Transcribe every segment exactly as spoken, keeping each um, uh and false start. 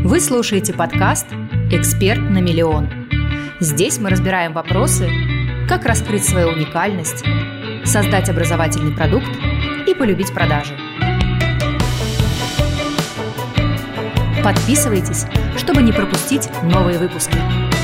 Вы слушаете подкаст «Эксперт на миллион». Здесь мы разбираем вопросы, как раскрыть свою уникальность, создать образовательный продукт и полюбить продажи. Подписывайтесь, чтобы не пропустить новые выпуски.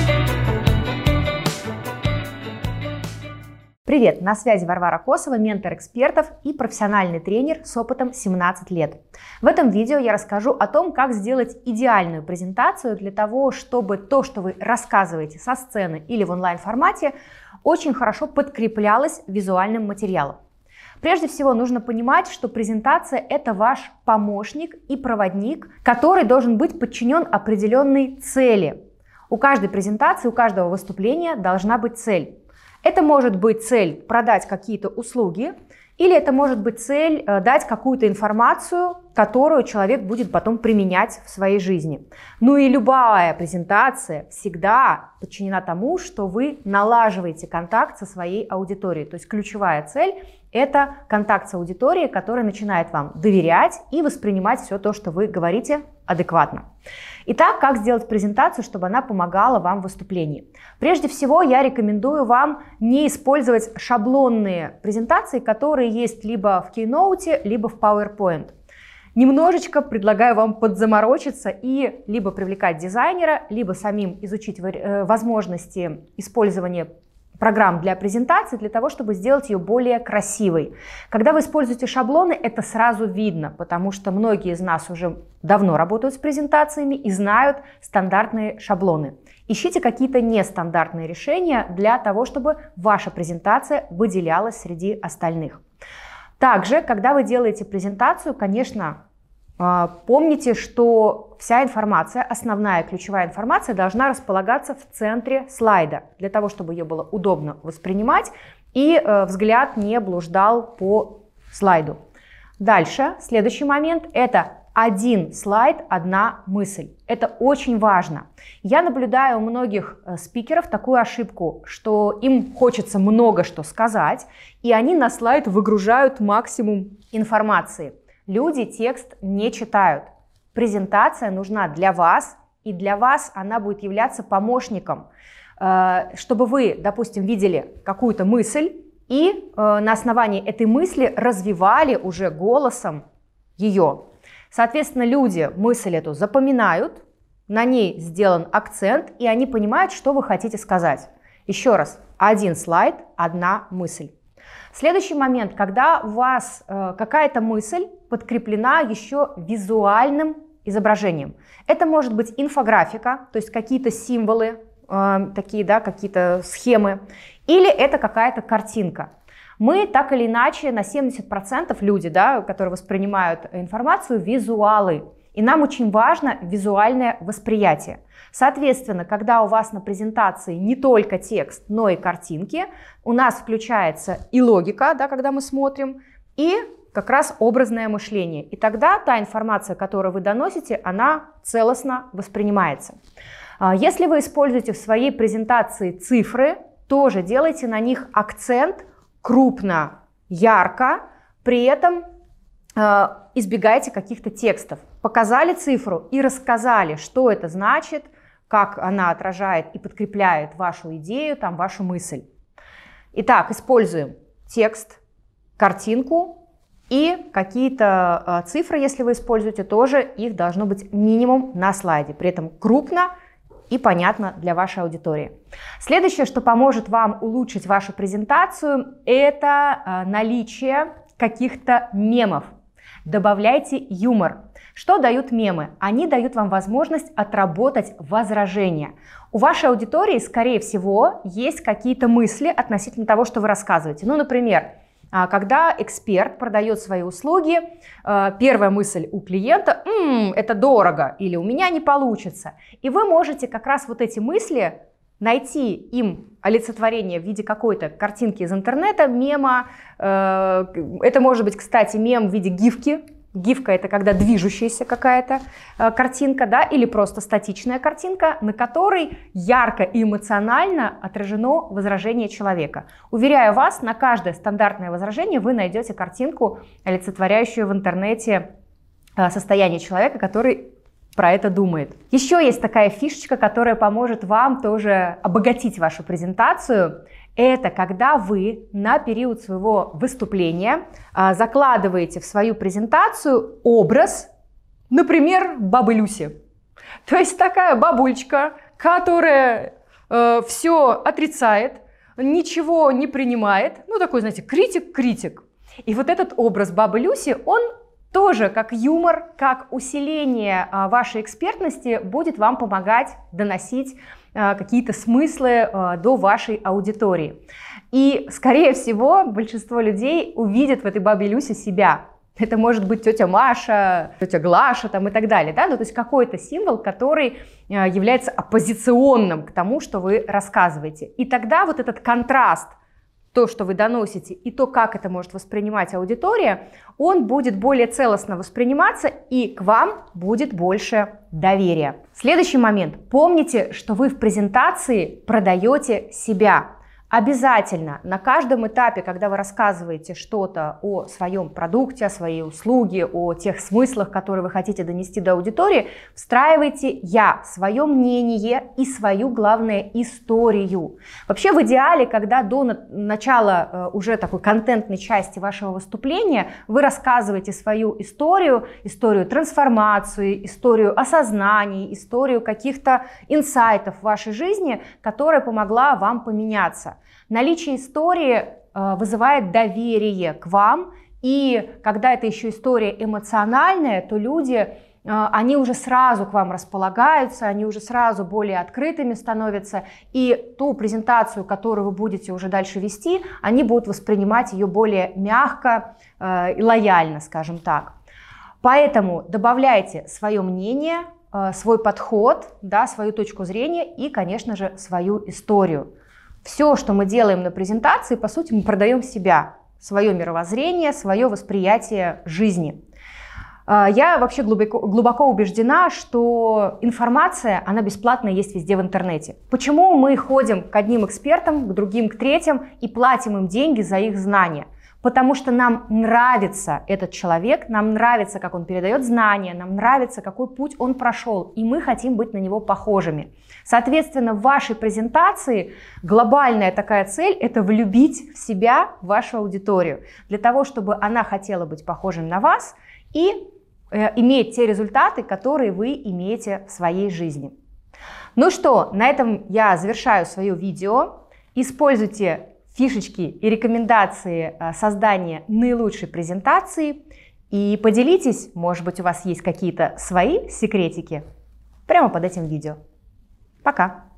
Привет! На связи Варвара Косова, ментор экспертов и профессиональный тренер с опытом семнадцать лет. В этом видео я расскажу о том, как сделать идеальную презентацию для того, чтобы то, что вы рассказываете со сцены или в онлайн-формате, очень хорошо подкреплялось визуальным материалом. Прежде всего нужно понимать, что презентация – это ваш помощник и проводник, который должен быть подчинен определенной цели. У каждой презентации, у каждого выступления должна быть цель. Это может быть цель продать какие-то услуги, или это может быть цель дать какую-то информацию, которую человек будет потом применять в своей жизни. Ну и любая презентация всегда подчинена тому, что вы налаживаете контакт со своей аудиторией. То есть ключевая цель – это контакт с аудиторией, которая начинает вам доверять и воспринимать все то, что вы говорите, адекватно. Итак, как сделать презентацию, чтобы она помогала вам в выступлении? Прежде всего, я рекомендую вам не использовать шаблонные презентации, которые есть либо в Keynote, либо в PowerPoint. Немножечко предлагаю вам подзаморочиться и либо привлекать дизайнера, либо самим изучить возможности использования программ для презентации, для того, чтобы сделать ее более красивой. Когда вы используете шаблоны, это сразу видно, потому что многие из нас уже давно работают с презентациями и знают стандартные шаблоны. Ищите какие-то нестандартные решения для того, чтобы ваша презентация выделялась среди остальных. Также, когда вы делаете презентацию, конечно, помните, что вся информация, основная ключевая информация должна располагаться в центре слайда, для того, чтобы ее было удобно воспринимать и взгляд не блуждал по слайду. Дальше, следующий момент – это один слайд, одна мысль. Это очень важно. Я наблюдаю у многих спикеров такую ошибку, что им хочется много что сказать, и они на слайд выгружают максимум информации. Люди текст не читают. Презентация нужна для вас, и для вас она будет являться помощником, чтобы вы, допустим, видели какую-то мысль и на основании этой мысли развивали уже голосом ее. Соответственно, люди мысль эту запоминают, на ней сделан акцент, и они понимают, что вы хотите сказать. Еще раз, один слайд, одна мысль. Следующий момент, когда у вас э, какая-то мысль подкреплена еще визуальным изображением. Это может быть инфографика, то есть какие-то символы, э, такие, да, какие-то схемы, или это какая-то картинка. Мы так или иначе на семьдесят процентов люди, да, которые воспринимают информацию, визуалы. И нам очень важно визуальное восприятие. Соответственно, когда у вас на презентации не только текст, но и картинки, у нас включается и логика, да, когда мы смотрим, и как раз образное мышление. И тогда та информация, которую вы доносите, она целостно воспринимается. Если вы используете в своей презентации цифры, тоже делайте на них акцент крупно, ярко, при этом э, избегайте каких-то текстов. Показали цифру и рассказали, что это значит, как она отражает и подкрепляет вашу идею, там, вашу мысль. Итак, используем текст, картинку и какие-то э, цифры, если вы используете, тоже их должно быть минимум на слайде. При этом крупно и понятно для вашей аудитории. Следующее, что поможет вам улучшить вашу презентацию, это э, наличие каких-то мемов. Добавляйте юмор. Что дают мемы? Они дают вам возможность отработать возражения. У вашей аудитории, скорее всего, есть какие-то мысли относительно того, что вы рассказываете. Ну, например, когда эксперт продает свои услуги, первая мысль у клиента «М, это дорого» или «у меня не получится». И вы можете как раз вот эти мысли найти им олицетворение в виде какой-то картинки из интернета, мема. Это может быть, кстати, мем в виде гифки. Гифка – это когда движущаяся какая-то э, картинка, да, или просто статичная картинка, на которой ярко и эмоционально отражено возражение человека. Уверяю вас, на каждое стандартное возражение вы найдете картинку, олицетворяющую в интернете э, состояние человека, который про это думает. Еще есть такая фишечка, которая поможет вам тоже обогатить вашу презентацию. Это когда вы на период своего выступления а, закладываете в свою презентацию образ, например, бабы Люси. То есть такая бабульчка, которая э, все отрицает, ничего не принимает, ну такой, знаете, критик-критик. И вот этот образ бабы Люси, он тоже как юмор, как усиление э, вашей экспертности будет вам помогать доносить э, какие-то смыслы э, до вашей аудитории. И, скорее всего, большинство людей увидят в этой бабе Люсе себя. Это может быть тетя Маша, тетя Глаша там, и так далее. Да? Ну, то есть какой-то символ, который является оппозиционным к тому, что вы рассказываете. И тогда вот этот контраст, то, что вы доносите, и то, как это может воспринимать аудитория, он будет более целостно восприниматься, и к вам будет больше доверия. Следующий момент. Помните, что вы в презентации продаете себя. Обязательно на каждом этапе, когда вы рассказываете что-то о своем продукте, о своей услуге, о тех смыслах, которые вы хотите донести до аудитории, встраивайте «я», свое мнение и свою, главное, историю. Вообще в идеале, когда до начала уже такой контентной части вашего выступления вы рассказываете свою историю, историю трансформации, историю осознаний, историю каких-то инсайтов в вашей жизни, которая помогла вам поменяться. Наличие истории э, вызывает доверие к вам, и когда это еще история эмоциональная, то люди, э, они уже сразу к вам располагаются, они уже сразу более открытыми становятся, и ту презентацию, которую вы будете уже дальше вести, они будут воспринимать ее более мягко э, и лояльно, скажем так. Поэтому добавляйте свое мнение, э, свой подход, да, свою точку зрения и, конечно же, свою историю. Все, что мы делаем на презентации, по сути, мы продаем себя, свое мировоззрение, свое восприятие жизни. Я вообще глубоко, глубоко убеждена, что информация, она бесплатная, есть везде в интернете. Почему мы ходим к одним экспертам, к другим, к третьим и платим им деньги за их знания? Потому что нам нравится этот человек, нам нравится, как он передает знания, нам нравится, какой путь он прошел, и мы хотим быть на него похожими. Соответственно, в вашей презентации глобальная такая цель – это влюбить в себя вашу аудиторию, для того, чтобы она хотела быть похожей на вас и э, иметь те результаты, которые вы имеете в своей жизни. Ну что, на этом я завершаю свое видео. Используйте фишечки и рекомендации создания наилучшей презентации и поделитесь, может быть, у вас есть какие-то свои секретики прямо под этим видео. Пока!